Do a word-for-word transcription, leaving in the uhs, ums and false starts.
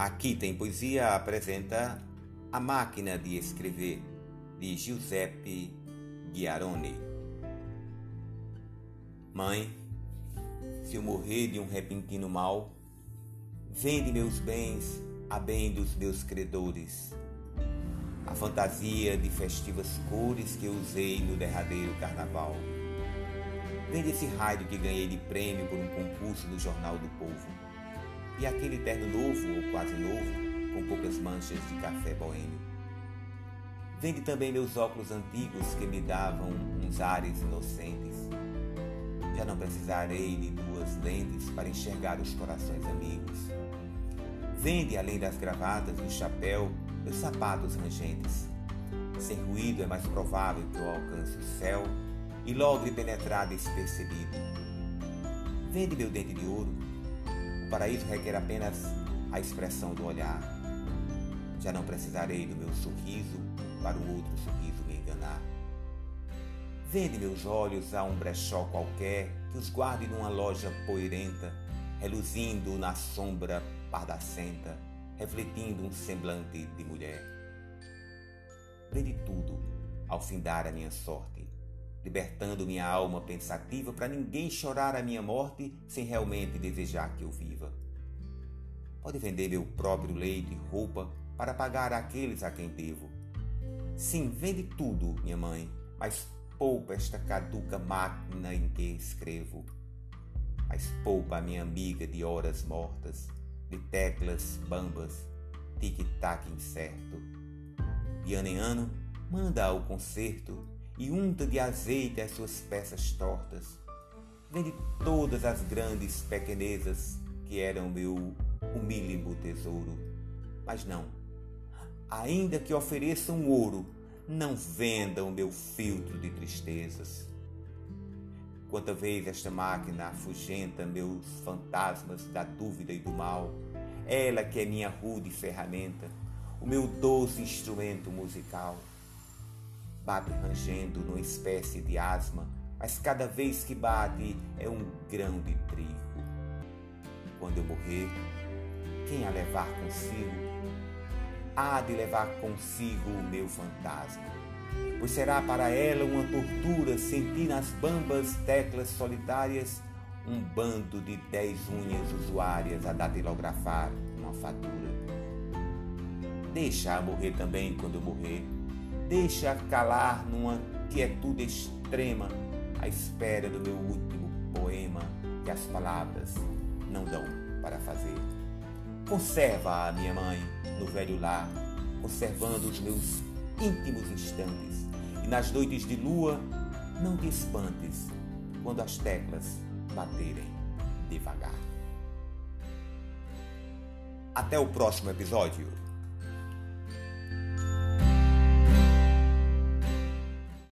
Aqui Tem Poesia apresenta A Máquina de Escrever, de Giuseppe Ghiaroni. Mãe, se eu morrer de um repentino mal, vende meus bens a bem dos meus credores. A fantasia de festivas cores que eu usei no derradeiro carnaval. Vende esse rádio que ganhei de prêmio por um concurso do Jornal do Povo. E aquele terno novo ou quase novo, com poucas manchas de café boêmio. Vende também meus óculos antigos que me davam uns ares inocentes. Já não precisarei de duas lentes para enxergar os corações amigos. Vende, além das gravatas e o chapéu, meus sapatos rangentes. Sem ruído é mais provável que eu alcance o céu e logre penetrar despercebido. Vende meu dente de ouro. O paraíso requer apenas a expressão do olhar. Já não precisarei do meu sorriso para um outro sorriso me enganar. Vende meus olhos a um brechó qualquer que os guarde numa loja poeirenta, reluzindo na sombra pardacenta, refletindo um semblante de mulher. Vende tudo ao findar a minha sorte, libertando minha alma pensativa para ninguém chorar a minha morte sem realmente desejar que eu viva. Pode vender meu próprio leito e roupa para pagar àqueles a quem devo. Sim, vende tudo, minha mãe, mas poupa esta caduca máquina em que escrevo. Mas poupa a minha amiga de horas mortas, de teclas bambas, tic-tac incerto. De ano em ano, manda ao concerto e unta de azeite as suas peças tortas. Vende todas as grandes pequenezas que eram meu humílimo tesouro. Mas não, ainda que ofereçam ouro, não vendam o meu filtro de tristezas. Quanta vez esta máquina afugenta meus fantasmas da dúvida e do mal, ela que é minha rude ferramenta, o meu doce instrumento musical. Bate rangendo numa espécie de asma, mas cada vez que bate é um grão de trigo. Quando eu morrer, quem a levar consigo? Há de levar consigo o meu fantasma, pois será para ela uma tortura sentir nas bambas teclas solitárias um bando de dez unhas usuárias a datilografar uma fatura. Deixa-a morrer também quando eu morrer. Deixa calar numa quietude extrema à espera do meu último poema que as palavras não dão para fazer. Conserva-a, minha mãe, no velho lar, conservando os meus íntimos instantes. E nas noites de lua, não te espantes quando as teclas baterem devagar. Até o próximo episódio.